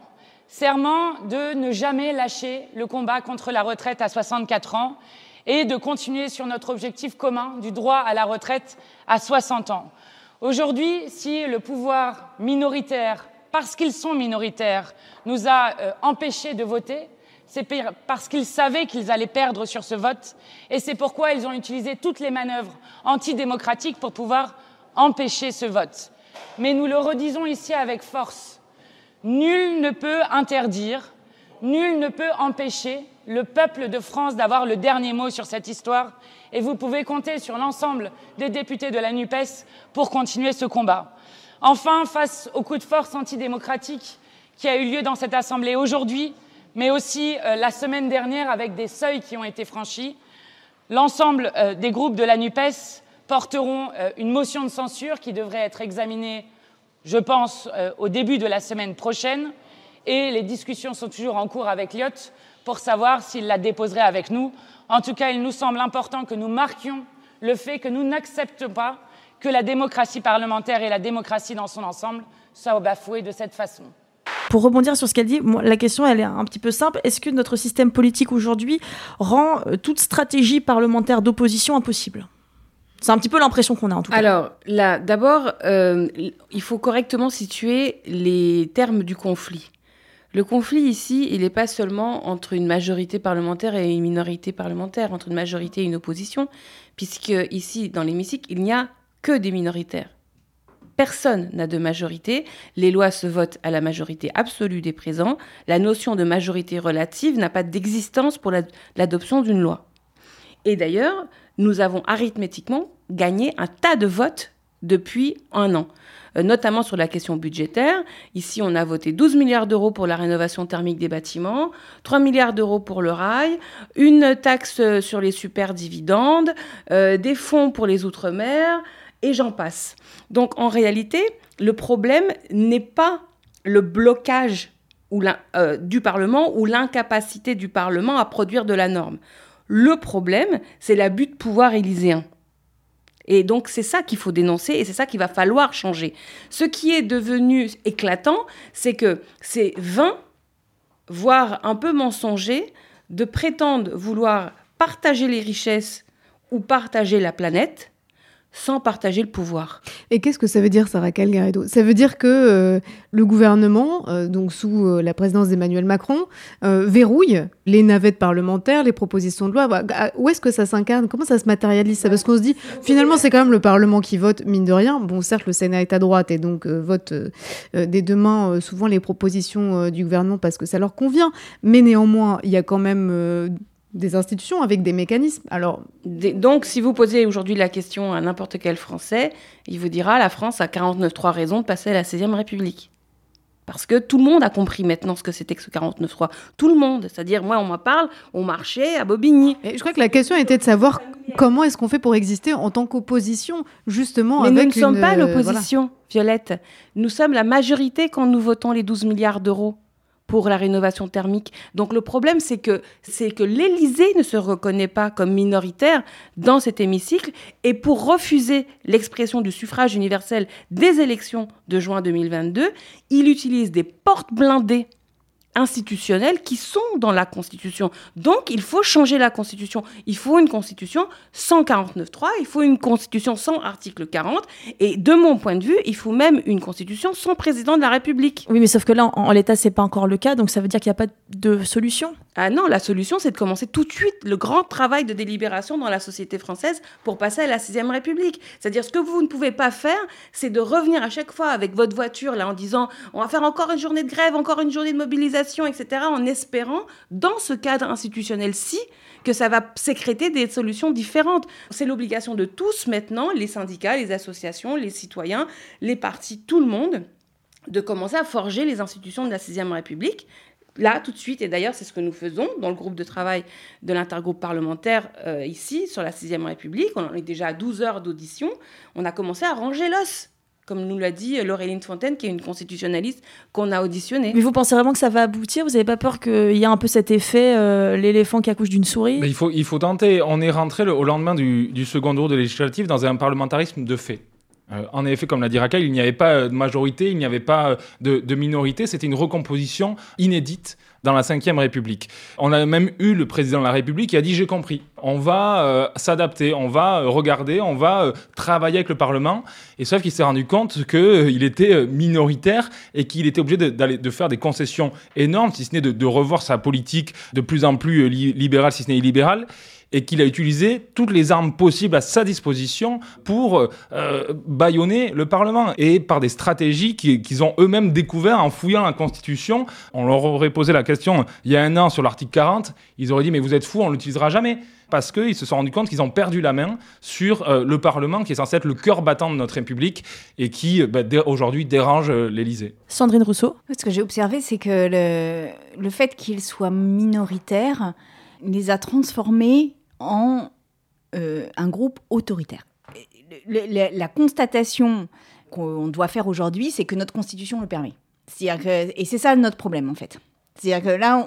de ne jamais lâcher le combat contre la retraite à 64 ans et de continuer sur notre objectif commun du droit à la retraite à 60 ans. Aujourd'hui, si le pouvoir minoritaire, parce qu'ils sont minoritaires, nous a empêchés de voter, c'est parce qu'ils savaient qu'ils allaient perdre sur ce vote, et c'est pourquoi ils ont utilisé toutes les manœuvres antidémocratiques pour pouvoir empêcher ce vote. Mais nous le redisons ici avec force, nul ne peut interdire, nul ne peut empêcher le peuple de France d'avoir le dernier mot sur cette histoire, et vous pouvez compter sur l'ensemble des députés de la NUPES pour continuer ce combat. Enfin, face au coup de force antidémocratique qui a eu lieu dans cette Assemblée aujourd'hui, mais aussi la semaine dernière avec des seuils qui ont été franchis, l'ensemble des groupes de la NUPES porteront une motion de censure qui devrait être examinée, je pense, au début de la semaine prochaine, et les discussions sont toujours en cours avec Lyotte pour savoir s'il la déposerait avec nous. En tout cas, il nous semble important que nous marquions le fait que nous n'acceptons pas que la démocratie parlementaire et la démocratie dans son ensemble soient bafouées de cette façon. Pour rebondir sur ce qu'elle dit, la question elle est un petit peu simple. Est-ce que notre système politique aujourd'hui rend toute stratégie parlementaire d'opposition impossible ? C'est un petit peu l'impression qu'on a en tout cas. Alors là, d'abord, il faut correctement situer les termes du conflit. Le conflit ici, il n'est pas seulement entre une majorité parlementaire et une minorité parlementaire, entre une majorité et une opposition, puisque ici, dans l'hémicycle, il n'y a que des minoritaires. Personne n'a de majorité. Les lois se votent à la majorité absolue des présents. La notion de majorité relative n'a pas d'existence pour l'adoption d'une loi. Et d'ailleurs, nous avons arithmétiquement gagné un tas de votes depuis un an. Notamment sur la question budgétaire. Ici, on a voté 12 milliards d'euros pour la rénovation thermique des bâtiments, 3 milliards d'euros pour le rail, une taxe sur les superdividendes, des fonds pour les outre-mer, et j'en passe. Donc, en réalité, le problème n'est pas le blocage du Parlement ou l'incapacité du Parlement à produire de la norme. Le problème, c'est l'abus de pouvoir élyséen. Et donc, c'est ça qu'il faut dénoncer et c'est ça qu'il va falloir changer. Ce qui est devenu éclatant, c'est que c'est vain, voire un peu mensonger, de prétendre vouloir partager les richesses ou partager la planète sans partager le pouvoir. Et qu'est-ce que ça veut dire, Sarah Calgaredo ? Ça veut dire que le gouvernement, donc sous la présidence d'Emmanuel Macron, verrouille les navettes parlementaires, les propositions de loi. Où est-ce que ça s'incarne ? Comment ça se matérialise ça ? Parce qu'on se dit, finalement, c'est quand même le Parlement qui vote, mine de rien. Bon, certes, le Sénat est à droite et donc vote des deux mains souvent les propositions du gouvernement parce que ça leur convient. Mais néanmoins, il y a quand même... des institutions avec des mécanismes. Alors, donc, si vous posez aujourd'hui la question à n'importe quel Français, il vous dira la France a 49.3 raisons de passer à la 16e République. Parce que tout le monde a compris maintenant ce que c'était que ce 49.3. Tout le monde. C'est-à-dire, moi, on m'en parle, on marchait à Bobigny. Et je crois que la question était de savoir comment est-ce qu'on fait pour exister en tant qu'opposition, justement. Mais avec nous ne sommes pas l'opposition, Violette. Nous sommes la majorité quand nous votons les 12 milliards d'euros pour la rénovation thermique. Donc le problème, c'est que l'Élysée ne se reconnaît pas comme minoritaire dans cet hémicycle, et pour refuser l'expression du suffrage universel des élections de juin 2022, il utilise des portes blindées institutionnelles qui sont dans la Constitution. Donc, il faut changer la Constitution. Il faut une Constitution sans 49.3, il faut une Constitution sans article 40, et de mon point de vue, il faut même une Constitution sans président de la République. Oui, mais sauf que là, en l'état, c'est pas encore le cas, donc ça veut dire qu'il n'y a pas de solution. Ah non, la solution, c'est de commencer tout de suite le grand travail de délibération dans la société française pour passer à la 6e République. C'est-à-dire, ce que vous ne pouvez pas faire, c'est de revenir à chaque fois avec votre voiture, là, en disant « on va faire encore une journée de grève, encore une journée de mobilisation », etc., en espérant, dans ce cadre institutionnel-ci, que ça va sécréter des solutions différentes. C'est l'obligation de tous maintenant, les syndicats, les associations, les citoyens, les partis, tout le monde, de commencer à forger les institutions de la 6e République. Là, tout de suite, et d'ailleurs, c'est ce que nous faisons dans le groupe de travail de l'intergroupe parlementaire ici, sur la 6e République. On en est déjà à 12 heures d'audition. On a commencé à ranger l'os, comme nous l'a dit Laureline Fontaine, qui est une constitutionnaliste qu'on a auditionnée. Mais vous pensez vraiment que ça va aboutir ? Vous n'avez pas peur qu'il y ait un peu cet effet, l'éléphant qui accouche d'une souris ? Mais il faut tenter. On est rentré au lendemain du second tour de législative dans un parlementarisme de fait. En effet, comme l'a dit Raquel, il n'y avait pas de majorité, il n'y avait pas de minorité, c'était une recomposition inédite dans la 5e République. On a même eu le président de la République qui a dit « j'ai compris, on va s'adapter, on va regarder, on va travailler avec le Parlement ». Et sauf qu'il s'est rendu compte qu'il était minoritaire et qu'il était obligé de faire des concessions énormes, si ce n'est de revoir sa politique de plus en plus libérale, si ce n'est illibérale, et qu'il a utilisé toutes les armes possibles à sa disposition pour bâillonner le Parlement, et par des stratégies qu'ils ont eux-mêmes découvertes en fouillant la Constitution. On leur aurait posé la question il y a un an sur l'article 40, ils auraient dit « mais vous êtes fous, on ne l'utilisera jamais ». Parce qu'ils se sont rendus compte qu'ils ont perdu la main sur le Parlement, qui est censé être le cœur battant de notre République et qui, aujourd'hui, dérange l'Élysée. Sandrine Rousseau. Ce que j'ai observé, c'est que le fait qu'ils soient minoritaires les a transformés en un groupe autoritaire. La constatation qu'on doit faire aujourd'hui, c'est que notre Constitution le permet. Et c'est ça notre problème, en fait. C'est-à-dire que là,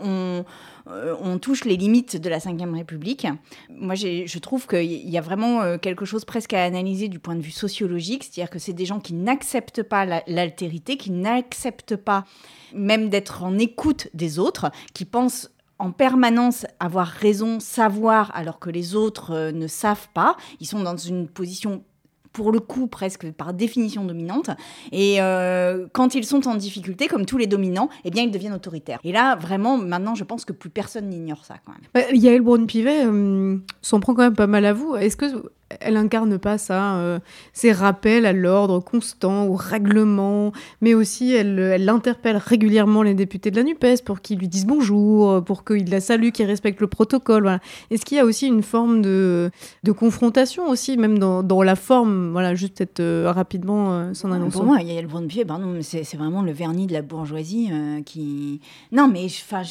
on touche les limites de la 5e République. Moi, je trouve qu'il y a vraiment quelque chose presque à analyser du point de vue sociologique. C'est-à-dire que c'est des gens qui n'acceptent pas l'altérité, qui n'acceptent pas même d'être en écoute des autres, qui pensent en permanence avoir raison, savoir, alors que les autres ne savent pas. Ils sont dans une position, pour le coup, presque par définition dominante. Et quand ils sont en difficulté, comme tous les dominants, eh bien, ils deviennent autoritaires. Et là, vraiment, maintenant, je pense que plus personne n'ignore ça, quand même. Yaël Braun-Pivet s'en prend quand même pas mal à vous. Est-ce que elle incarne pas ça, ces rappels à l'ordre constant, au règlement, mais aussi elle interpelle régulièrement les députés de la NUPES pour qu'ils lui disent bonjour, pour qu'ils la saluent, qu'ils respectent le protocole. Voilà. Est-ce qu'il y a aussi une forme de confrontation aussi, même dans la forme, voilà, juste peut-être rapidement s'en annonçant. Pour moi, Yaël Braun-Pivet, c'est vraiment le vernis de la bourgeoisie qui... Non, mais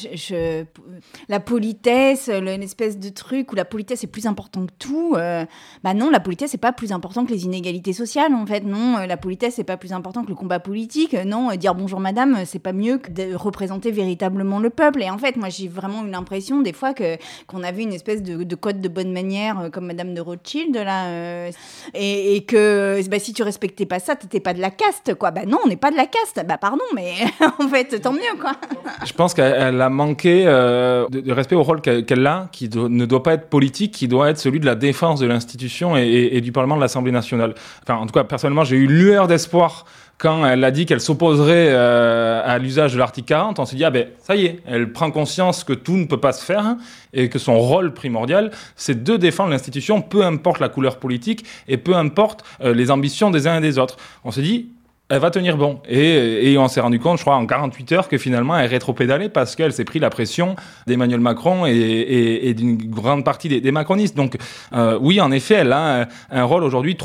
la politesse, une espèce de truc où la politesse est plus important que tout... non, la politesse, c'est pas plus important que les inégalités sociales, en fait. Non, la politesse, c'est pas plus important que le combat politique. Non, dire bonjour madame, c'est pas mieux que de représenter véritablement le peuple. Et en fait, moi, j'ai vraiment eu l'impression, des fois, qu'on avait une espèce de code de bonne manière, comme madame de Rothschild, là. Et que, si tu respectais pas ça, t'étais pas de la caste, quoi. Non, on n'est pas de la caste. Pardon, mais en fait, tant mieux, quoi. Je pense qu'elle a manqué de respect au rôle qu'elle a, qui ne doit pas être politique, qui doit être celui de la défense de l'institution et du Parlement de l'Assemblée nationale. Enfin, en tout cas, personnellement, j'ai eu une lueur d'espoir quand elle a dit qu'elle s'opposerait à l'usage de l'article 40. On s'est dit, ça y est, elle prend conscience que tout ne peut pas se faire et que son rôle primordial, c'est de défendre l'institution, peu importe la couleur politique et peu importe les ambitions des uns et des autres. On s'est dit, elle va tenir bon. Et on s'est rendu compte, je crois, en 48 heures, que finalement, elle rétropédalait parce qu'elle s'est pris la pression d'Emmanuel Macron et d'une grande partie des macronistes. Donc, oui, en effet, elle a un rôle aujourd'hui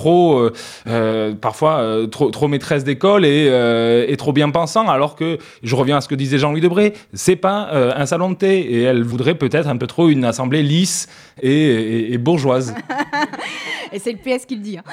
parfois trop maîtresse d'école et trop bien pensant, alors que, je reviens à ce que disait Jean-Louis Debré, c'est pas un salon de thé. Et elle voudrait peut-être un peu trop une assemblée lisse et bourgeoise. Et c'est le PS qui le dit. Hein.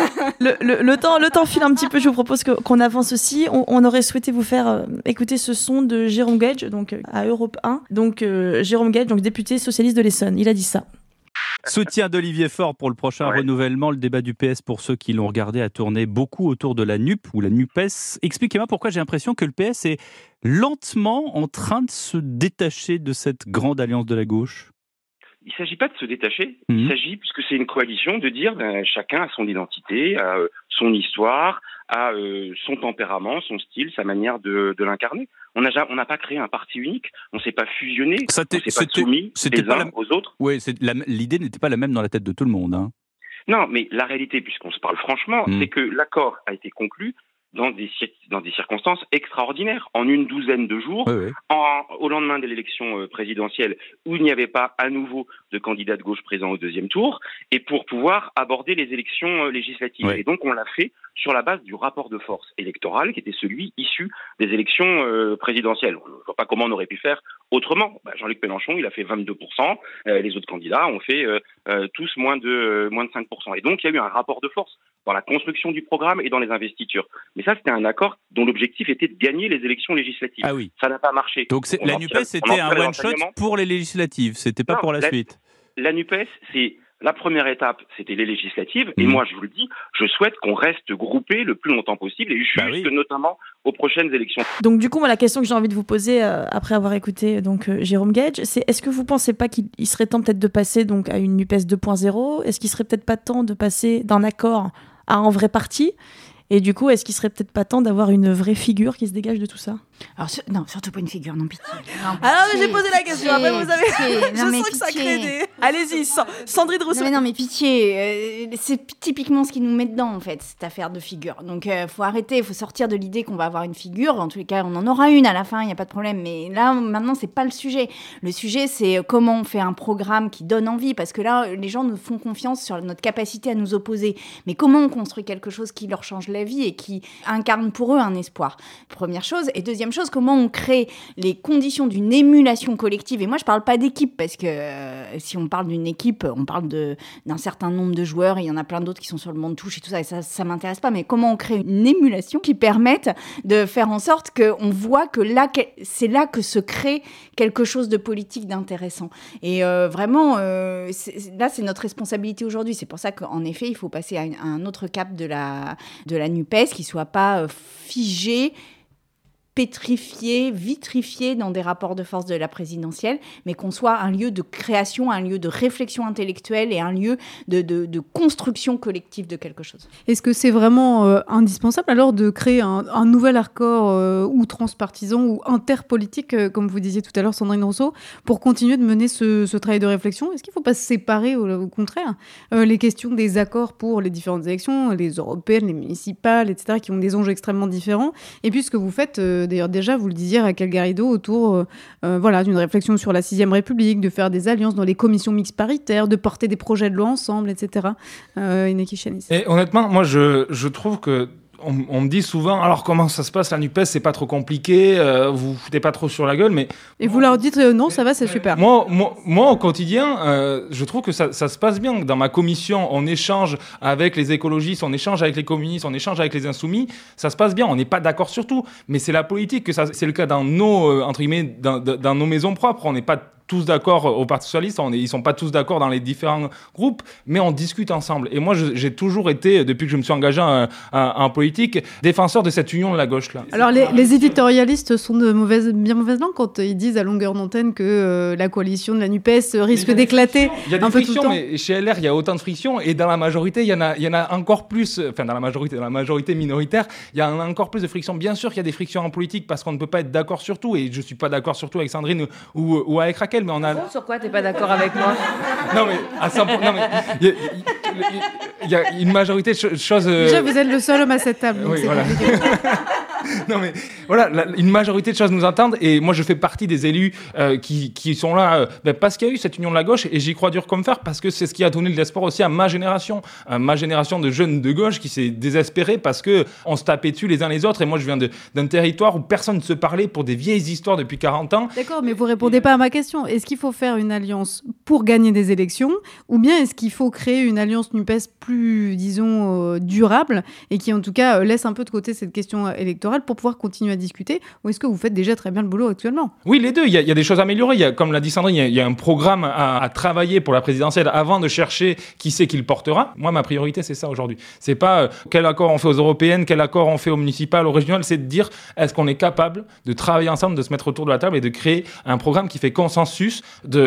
Le temps file un petit peu. Je vous propose qu'on avance aussi. On aurait souhaité vous faire écouter ce son de Jérôme Gage, donc à Europe 1. Donc Jérôme Gage, donc député socialiste de l'Essonne. Il a dit ça. Soutien d'Olivier Faure pour le prochain renouvellement. Le débat du PS, pour ceux qui l'ont regardé, a tourné beaucoup autour de la NUP ou la NUPES. Expliquez-moi pourquoi j'ai l'impression que le PS est lentement en train de se détacher de cette grande alliance de la gauche. Il ne s'agit pas de se détacher. Il s'agit, puisque c'est une coalition, de dire chacun a son identité, a son histoire, a son tempérament, son style, sa manière de l'incarner. On n'a pas créé un parti unique, on ne s'est pas fusionné, on ne s'est pas soumis les uns aux autres. Oui, l'idée n'était pas la même dans la tête de tout le monde. Hein. Non, mais la réalité, puisqu'on se parle franchement, c'est que l'accord a été conclu dans des circonstances extraordinaires, en une douzaine de jours, au lendemain de l'élection présidentielle, où il n'y avait pas à nouveau de candidat de gauche présent au deuxième tour, et pour pouvoir aborder les élections législatives. Et donc on l'a fait sur la base du rapport de force électorale, qui était celui issu des élections présidentielles. On ne voit pas comment on aurait pu faire autrement. Jean-Luc Mélenchon, il a fait 22%, les autres candidats ont fait tous moins de 5%. Et donc il y a eu un rapport de force dans la construction du programme et dans les investitures. Mais ça, c'était un accord dont l'objectif était de gagner les élections législatives. Ah oui. Ça n'a pas marché. Donc la NUPES, c'était un one-shot pour les législatives, c'était pas pour la suite. La NUPES, c'est la première étape, c'était les législatives. Et moi, je vous le dis, je souhaite qu'on reste groupés le plus longtemps possible et juste notamment aux prochaines élections. Donc du coup, moi, la question que j'ai envie de vous poser après avoir écouté Jérôme Gage, c'est est-ce que vous pensez pas qu'il serait temps peut-être de passer donc à une NUPES 2.0 ? Est-ce qu'il serait peut-être pas temps de passer d'un accord à un vrai parti ? Et du coup, est-ce qu'il serait peut-être pas temps d'avoir une vraie figure qui se dégage de tout ça ? Alors, non, surtout pas une figure, non, pitié. Alors, j'ai posé la question, après vous avez... Je sens que ça crée des... Allez-y, Sandrine Rousseau. Non, mais pitié, c'est typiquement ce qui nous met dedans, en fait, cette affaire de figure. Donc, faut arrêter, il faut sortir de l'idée qu'on va avoir une figure. En tous les cas, on en aura une à la fin, il n'y a pas de problème. Mais là, maintenant, c'est pas le sujet. Le sujet, c'est comment on fait un programme qui donne envie. Parce que là, les gens nous font confiance sur notre capacité à nous opposer. Mais comment on construit quelque chose qui leur change la vie et qui incarne pour eux un espoir ? Première chose. Et deuxième chose, comment on crée les conditions d'une émulation collective. Et moi, je parle pas d'équipe, parce que si on parle d'une équipe, on parle d'un certain nombre de joueurs, et il y en a plein d'autres qui sont sur le banc de touche et tout ça, et ça m'intéresse pas. Mais comment on crée une émulation qui permette de faire en sorte qu'on voit que là, c'est là que se crée quelque chose de politique d'intéressant. Et vraiment, là, c'est notre responsabilité aujourd'hui. C'est pour ça qu'en effet, il faut passer à un autre cap de la NUPES, qui soit pas figé, pétrifié, vitrifié dans des rapports de force de la présidentielle, mais qu'on soit un lieu de création, un lieu de réflexion intellectuelle et un lieu de construction collective de quelque chose. Est-ce que c'est vraiment indispensable alors de créer un nouvel accord ou transpartisan ou interpolitique, comme vous disiez tout à l'heure, Sandrine Rousseau, pour continuer de mener ce travail de réflexion ? Est-ce qu'il ne faut pas se séparer, au contraire, les questions des accords pour les différentes élections, les européennes, les municipales, etc., qui ont des enjeux extrêmement différents, et puis ce que vous faites d'ailleurs déjà, vous le disiez, Raquel Garrido, autour d'une réflexion sur la 6e République, de faire des alliances dans les commissions mixtes paritaires, de porter des projets de loi ensemble, etc. Inaki Chanis. Et honnêtement, moi, je trouve que on me dit souvent, alors comment ça se passe la NUPES, c'est pas trop compliqué, vous vous foutez pas trop sur la gueule, mais... Et vous leur dites non, ça va, c'est super. Moi au quotidien, je trouve que ça se passe bien. Dans ma commission, on échange avec les écologistes, on échange avec les communistes, on échange avec les insoumis, ça se passe bien, on n'est pas d'accord sur tout, mais c'est la politique, c'est le cas dans nos, entre guillemets, dans nos maisons propres, on n'est pas tous d'accord au Parti Socialiste, ils sont pas tous d'accord dans les différents groupes, mais on discute ensemble. Et moi, j'ai toujours été, depuis que je me suis engagé en politique, défenseur de cette union de la gauche là. Alors les éditorialistes sont de bien mauvaise langue quand ils disent à longueur d'antenne que la coalition de la NUPES risque d'éclater un peu tout le temps. Mais chez LR, il y a autant de frictions, et dans la majorité, il y en a encore plus. Enfin, dans la majorité minoritaire, il y a encore plus de frictions. Bien sûr qu'il y a des frictions en politique parce qu'on ne peut pas être d'accord sur tout, et je suis pas d'accord sur tout avec Sandrine ou avec Raquel. Mais on a... Sur quoi t'es pas d'accord avec moi ? Non mais à 100%, non mais il y a une majorité de choses. Déjà vous êtes le seul homme à cette table. Oui, voilà. Non mais voilà, une majorité de choses nous entendent et moi je fais partie des élus qui sont là parce qu'il y a eu cette union de la gauche et j'y crois dur comme fer parce que c'est ce qui a donné l'espoir aussi à ma génération de jeunes de gauche qui s'est désespérée parce que on se tapait dessus les uns les autres et moi je viens d'un territoire où personne ne se parlait pour des vieilles histoires depuis 40 ans. D'accord, mais vous répondez pas à ma question. Est-ce qu'il faut faire une alliance pour gagner des élections ou bien est-ce qu'il faut créer une alliance NUPES plus, disons, durable et qui en tout cas laisse un peu de côté cette question électorale pour pouvoir continuer à discuter, ou est-ce que vous faites déjà très bien le boulot actuellement ? Oui, les deux. Il y a des choses à améliorer. Comme l'a dit Sandrine, il y a un programme à travailler pour la présidentielle avant de chercher qui c'est qui le portera. Moi, ma priorité, c'est ça aujourd'hui. C'est pas quel accord on fait aux européennes, quel accord on fait au municipal, au régional. C'est de dire est-ce qu'on est capable de travailler ensemble, de se mettre autour de la table et de créer un programme qui fait consensus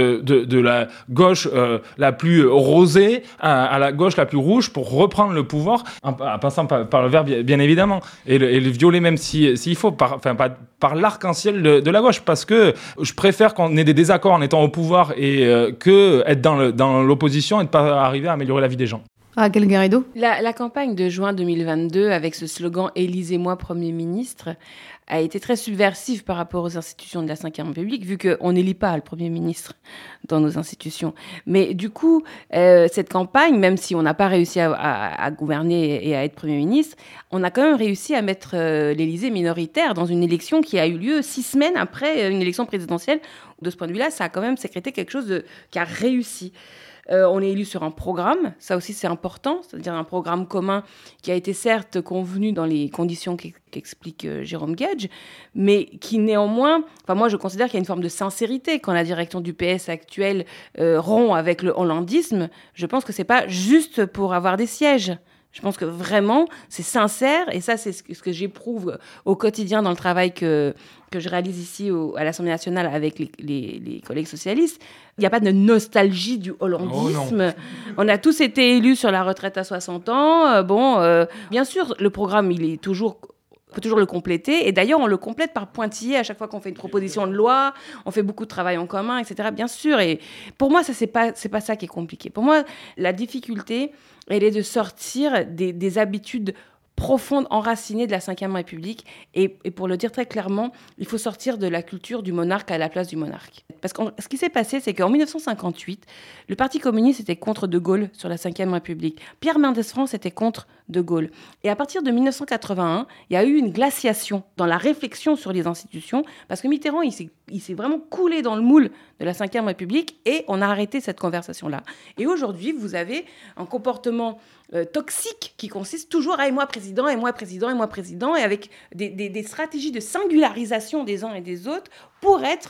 de la gauche la plus rosée à la gauche la plus rouge pour reprendre le pouvoir en passant par le vert bien évidemment et le violet même s'il faut par l'arc-en-ciel de la gauche parce que je préfère qu'on ait des désaccords en étant au pouvoir et que être dans l'opposition et ne pas arriver à améliorer la vie des gens. Raquel Garrido. La campagne de juin 2022 avec ce slogan « Élisez-moi Premier ministre » a été très subversive par rapport aux institutions de la Ve République, vu qu'on n'élit pas le Premier ministre dans nos institutions. Mais du coup, cette campagne, même si on n'a pas réussi à gouverner et à être Premier ministre, on a quand même réussi à mettre l'Élysée minoritaire dans une élection qui a eu lieu 6 semaines après une élection présidentielle. De ce point de vue-là, ça a quand même sécrété quelque chose qui a réussi. On est élu sur un programme, ça aussi c'est important, c'est-à-dire un programme commun qui a été certes convenu dans les conditions qu'explique Jérôme Gage, mais qui néanmoins, moi je considère qu'il y a une forme de sincérité quand la direction du PS actuelle rompt avec le hollandisme. Je pense que c'est pas juste pour avoir des sièges. Je pense que vraiment, c'est sincère, et ça, c'est ce que j'éprouve au quotidien dans le travail que je réalise ici à l'Assemblée nationale avec les collègues socialistes. Il n'y a pas de nostalgie du hollandisme. On a tous été élus sur la retraite à 60 ans. Bien sûr, le programme, on peut toujours le compléter. Et d'ailleurs, on le complète par pointillés à chaque fois qu'on fait une proposition de loi. On fait beaucoup de travail en commun, etc. Bien sûr. Et pour moi, c'est pas ça qui est compliqué. Pour moi, la difficulté, elle est de sortir des habitudes profonde, enracinée de la Ve République. Et pour le dire très clairement, il faut sortir de la culture du monarque à la place du monarque. Parce que ce qui s'est passé, c'est qu'en 1958, le Parti communiste était contre De Gaulle sur la Ve République. Pierre Mendès France était contre De Gaulle. Et à partir de 1981, il y a eu une glaciation dans la réflexion sur les institutions, parce que Mitterrand, il s'est vraiment coulé dans le moule de la Ve République, et on a arrêté cette conversation-là. Et aujourd'hui, vous avez un comportement toxique qui consiste toujours à « et moi président, et moi président, et moi président », et avec des stratégies de singularisation des uns et des autres pour être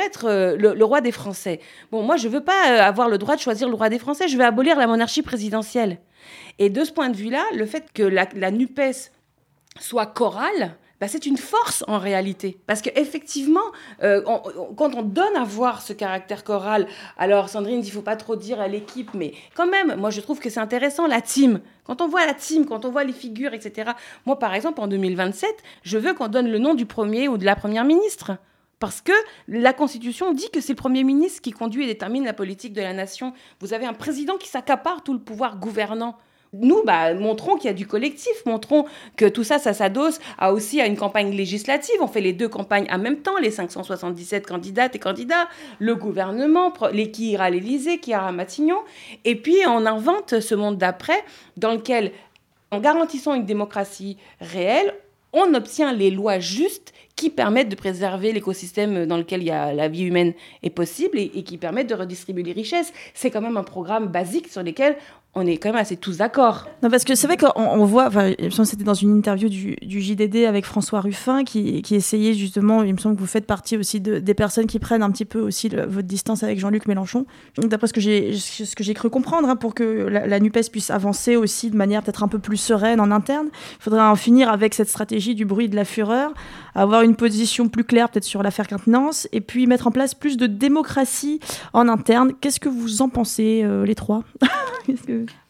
le roi des Français. Bon, moi, je ne veux pas avoir le droit de choisir le roi des Français, je veux abolir la monarchie présidentielle. Et de ce point de vue-là, le fait que la NUPES soit chorale, c'est une force en réalité. Parce qu'effectivement, quand on donne à voir ce caractère choral, alors Sandrine dit qu'il ne faut pas trop dire à l'équipe, mais quand même, moi je trouve que c'est intéressant, la team. Quand on voit la team, quand on voit les figures, etc. Moi par exemple, en 2027, je veux qu'on donne le nom du premier ou de la première ministre. Parce que la Constitution dit que c'est le Premier ministre qui conduit et détermine la politique de la nation. Vous avez un président qui s'accapare tout le pouvoir gouvernant. Nous, montrons qu'il y a du collectif, montrons que tout ça s'adosse aussi à une campagne législative. On fait les 2 campagnes en même temps, les 577 candidates et candidats, le gouvernement, qui ira à l'Élysée, qui ira à Matignon. Et puis, on invente ce monde d'après dans lequel, en garantissant une démocratie réelle, on obtient les lois justes qui permettent de préserver l'écosystème dans lequel la vie humaine est possible et qui permettent de redistribuer les richesses. C'est quand même un programme basique sur lequel on est quand même assez tous d'accord. Non, parce que c'est vrai qu'on voit, il me semble que c'était dans une interview du JDD avec François Ruffin qui essayait justement, il me semble que vous faites partie aussi des personnes qui prennent un petit peu aussi votre distance avec Jean-Luc Mélenchon. Donc, d'après ce que j'ai cru comprendre, pour que la NUPES puisse avancer aussi de manière peut-être un peu plus sereine en interne, il faudrait en finir avec cette stratégie du bruit et de la fureur, avoir une position plus claire peut-être sur l'affaire Quintenance et puis mettre en place plus de démocratie en interne. Qu'est-ce que vous en pensez, les trois?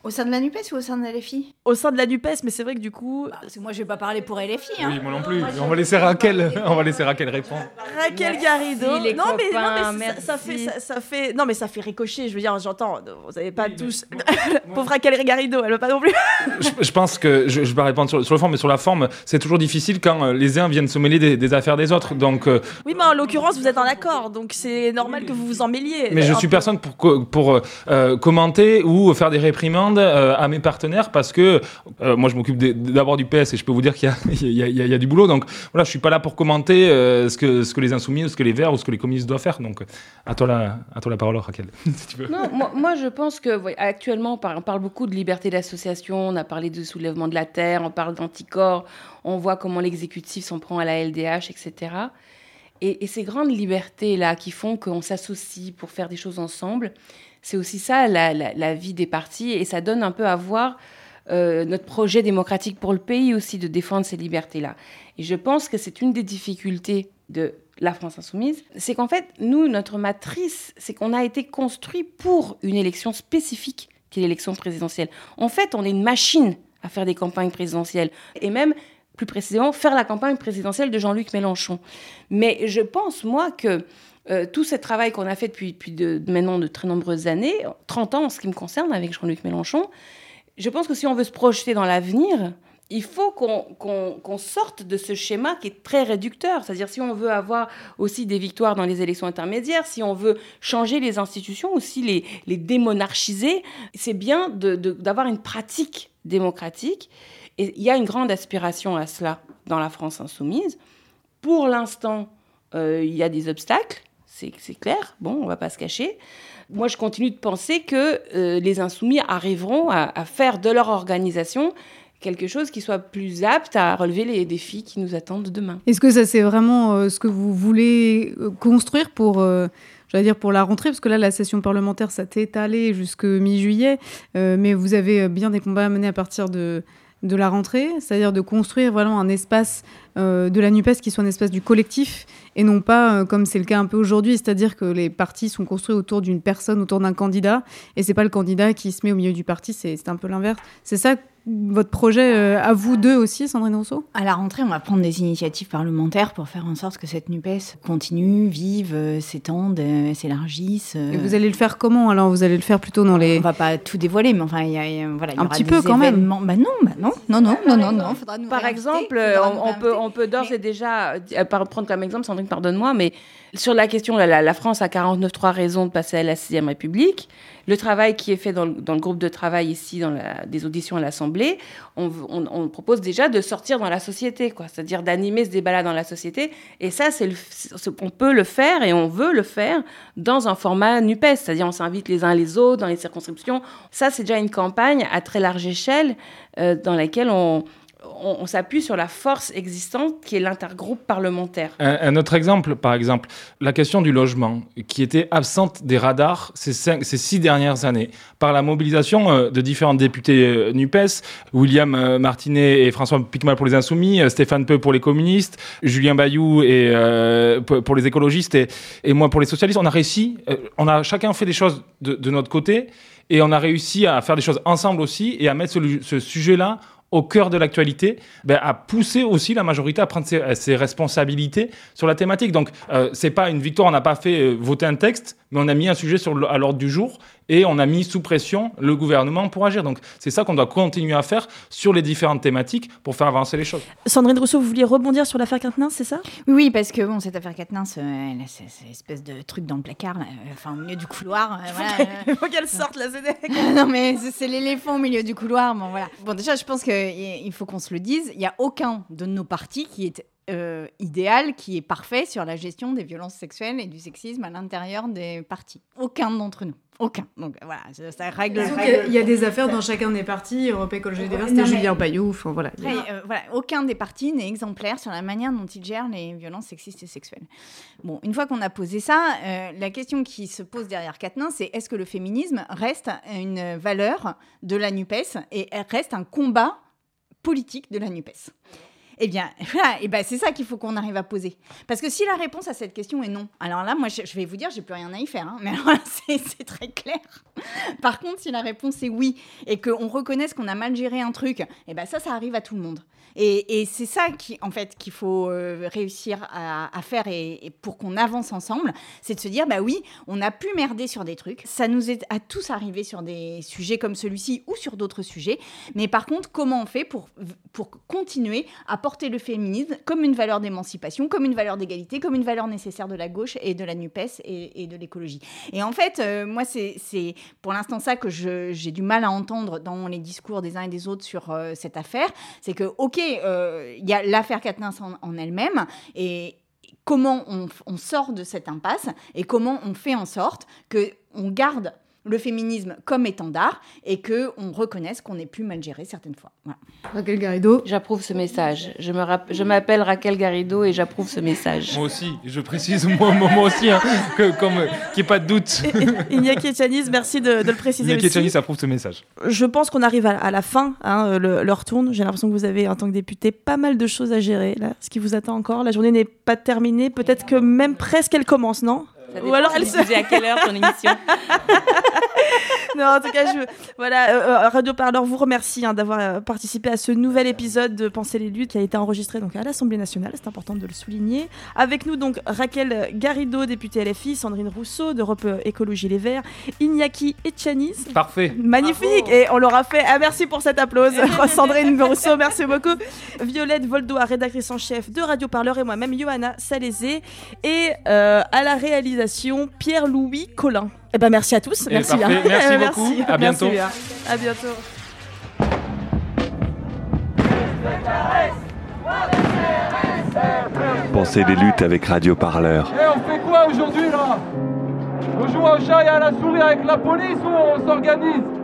Au sein de la NUPES ou au sein de LFI ? Au sein de la NUPES, mais c'est vrai que du coup... parce que moi, je vais pas parler pour LFI. Oui, moi non plus. On va laisser Raquel répondre. Raquel Garrido. Les non, copains, mais ça fait... Non, mais ça fait ricocher. Je veux dire, j'entends. Vous n'avez pas tous... Pauvre Raquel Garrido, elle veut pas non plus. Je pense que... Je vais pas répondre sur le fond, mais sur la forme, c'est toujours difficile quand les uns viennent se mêler des affaires des autres. Donc... Oui, mais en l'occurrence, vous êtes en accord. Donc c'est normal que vous vous en mêliez. Mais je suis personne pour commenter ou faire des réprimandes à mes partenaires parce que moi je m'occupe d'abord du PS et je peux vous dire qu'il y a du boulot, donc voilà, je suis pas là pour commenter ce que les Insoumis ou ce que les Verts ou ce que les communistes doivent faire, donc à toi la parole, Raquel. Si tu veux. Non, moi je pense que actuellement on parle beaucoup de liberté d'association, on a parlé de soulèvement de la terre, on parle d'anticorps, on voit comment l'exécutif s'en prend à la LDH, etc. Et ces grandes libertés-là qui font qu'on s'associe pour faire des choses ensemble, c'est aussi ça, la vie des partis. Et ça donne un peu à voir notre projet démocratique pour le pays aussi, de défendre ces libertés-là. Et je pense que c'est une des difficultés de la France insoumise. C'est qu'en fait, nous, notre matrice, c'est qu'on a été construit pour une élection spécifique, qui est l'élection présidentielle. En fait, on est une machine à faire des campagnes présidentielles. Et même... plus précisément, faire la campagne présidentielle de Jean-Luc Mélenchon. Mais je pense, moi, que tout ce travail qu'on a fait depuis maintenant de très nombreuses années, 30 ans en ce qui me concerne avec Jean-Luc Mélenchon, je pense que si on veut se projeter dans l'avenir, il faut qu'on sorte de ce schéma qui est très réducteur. C'est-à-dire si on veut avoir aussi des victoires dans les élections intermédiaires, si on veut changer les institutions, aussi les démonarchiser, c'est bien d'avoir une pratique démocratique. Et il y a une grande aspiration à cela dans la France insoumise. Pour l'instant, il y a des obstacles, c'est clair. Bon, on ne va pas se cacher. Moi, je continue de penser que les insoumis arriveront à faire de leur organisation quelque chose qui soit plus apte à relever les défis qui nous attendent demain. Est-ce que ça, c'est vraiment ce que vous voulez construire pour la rentrée, parce que là, la session parlementaire, ça s'est étalé jusqu'à mi-juillet, mais vous avez bien des combats à mener à partir de la rentrée, c'est-à-dire de construire vraiment un espace de la NUPES qui soit un espace du collectif et non pas comme c'est le cas un peu aujourd'hui, c'est-à-dire que les partis sont construits autour d'une personne, autour d'un candidat, et c'est pas le candidat qui se met au milieu du parti, c'est un peu l'inverse. C'est ça votre projet à vous deux aussi, Sandrine Rousseau ? À la rentrée, on va prendre des initiatives parlementaires pour faire en sorte que cette NUPES continue, vive, s'étende, s'élargisse. Et vous allez le faire comment alors ? Vous allez le faire plutôt dans les... On va pas tout dévoiler, mais enfin, il y aura petit peu quand même. Non. Faudra nous Par exemple, on peut d'ores et déjà prendre comme exemple, Sandrine, pardonne-moi, mais sur la question, la France a 49.3 raisons de passer à la 6e République. Le travail qui est fait dans le groupe de travail ici, des auditions à l'Assemblée, on propose déjà de sortir dans la société, quoi. C'est-à-dire d'animer ce débat-là dans la société. Et ça, on peut le faire et on veut le faire dans un format NUPES. C'est-à-dire on s'invite les uns les autres dans les circonscriptions. Ça, c'est déjà une campagne à très large échelle dans laquelle on s'appuie sur la force existante qui est l'intergroupe parlementaire. Un autre exemple, par exemple, la question du logement, qui était absente des radars ces 6 dernières années, par la mobilisation de différents députés NUPES, William Martinet et François Piquemal pour les Insoumis, Stéphane Peu pour les communistes, Julien Bayou pour les écologistes et moi pour les socialistes. On a réussi, on a chacun fait des choses de notre côté, et on a réussi à faire des choses ensemble aussi, et à mettre ce sujet-là au cœur de l'actualité, à pousser aussi la majorité à prendre ses responsabilités sur la thématique. Donc, c'est pas une victoire, on n'a pas fait voter un texte, mais on a mis un sujet à l'ordre du jour et on a mis sous pression le gouvernement pour agir. Donc, c'est ça qu'on doit continuer à faire sur les différentes thématiques pour faire avancer les choses. Sandrine Rousseau, vous vouliez rebondir sur l'affaire Quatennens, c'est ça ? Oui, parce que cette affaire Quatennens, c'est une espèce de truc dans le placard, là, au milieu du couloir. Il faut qu'elle sorte, la CD. Non, mais c'est l'éléphant au milieu du couloir. Bon, voilà. Bon, déjà, je pense qu'il faut qu'on se le dise. Il n'y a aucun de nos partis qui est idéal, qui est parfait sur la gestion des violences sexuelles et du sexisme à l'intérieur des partis. Aucun d'entre nous. Aucun. Donc voilà, ça règle. Il y a des affaires dans chacun des partis. Europe Écologie Les Verts, c'était Julien Bayou. Enfin, voilà. Aucun des partis n'est exemplaire sur la manière dont ils gèrent les violences sexistes et sexuelles. Bon, une fois qu'on a posé ça, la question qui se pose derrière Quatennens, c'est est-ce que le féminisme reste une valeur de la NUPES et reste un combat politique de la NUPES ? Eh bien, voilà, et ben c'est ça qu'il faut qu'on arrive à poser. Parce que si la réponse à cette question est non, alors là, moi, je vais vous dire, j'ai plus rien à y faire. Hein, mais alors là, c'est très clair. Par contre, si la réponse est oui, et qu'on reconnaisse qu'on a mal géré un truc, eh ben ça arrive à tout le monde. Et c'est ça qu'il faut réussir à faire et pour qu'on avance ensemble, c'est de se dire, bah oui, on a pu merder sur des trucs. Ça nous est à tous arrivé sur des sujets comme celui-ci ou sur d'autres sujets. Mais par contre, comment on fait pour continuer à porter le féminisme comme une valeur d'émancipation, comme une valeur d'égalité, comme une valeur nécessaire de la gauche et de la NUPES et de l'écologie. Et en fait, moi, c'est pour l'instant ça que j'ai du mal à entendre dans les discours des uns et des autres sur cette affaire. C'est que, OK, il y a l'affaire Quatennens en elle-même et comment on sort de cette impasse et comment on fait en sorte qu'on garde le féminisme comme étendard et qu'on reconnaisse qu'on ait pu mal gérer certaines fois. Voilà. Raquel Garrido. J'approuve ce message. Je m'appelle Raquel Garrido et j'approuve ce message. Moi aussi, je précise moi aussi, hein, qu'il n'y ait pas de doute. Iñaki Etxaniz, merci de le préciser Iñaki aussi. Etxaniz approuve ce message. Je pense qu'on arrive à la fin, hein, l'heure tourne. J'ai l'impression que vous avez, en tant que député, pas mal de choses à gérer. Là. Ce qui vous attend encore, la journée n'est pas terminée. Peut-être que même presque elle commence, non ? Ou alors elle se dit à quelle heure ton émission. Non, en tout cas, Radio Parleur vous remercie d'avoir participé à ce nouvel épisode de Penser les luttes qui a été enregistré donc à l'Assemblée nationale, c'est important de le souligner. Avec nous donc Raquel Garrido, députée LFI, Sandrine Rousseau d'Europe Écologie Les Verts, Iñaki Etxaniz. Parfait. Magnifique. Bravo. Et on l'aura fait. Merci pour cet applause. Sandrine Rousseau, merci beaucoup. Violette Voldoa, rédactrice en chef de Radio Parleur et moi-même, Johanna Salézé. Et à la réalisation, Pierre-Louis Collin. Eh ben merci à tous. Merci bien. Merci beaucoup. À bientôt. Merci bien. À bientôt. Penser les luttes avec Radio Parleur. Et on fait quoi aujourd'hui là? On joue au chat et à la souris avec la police ou on s'organise?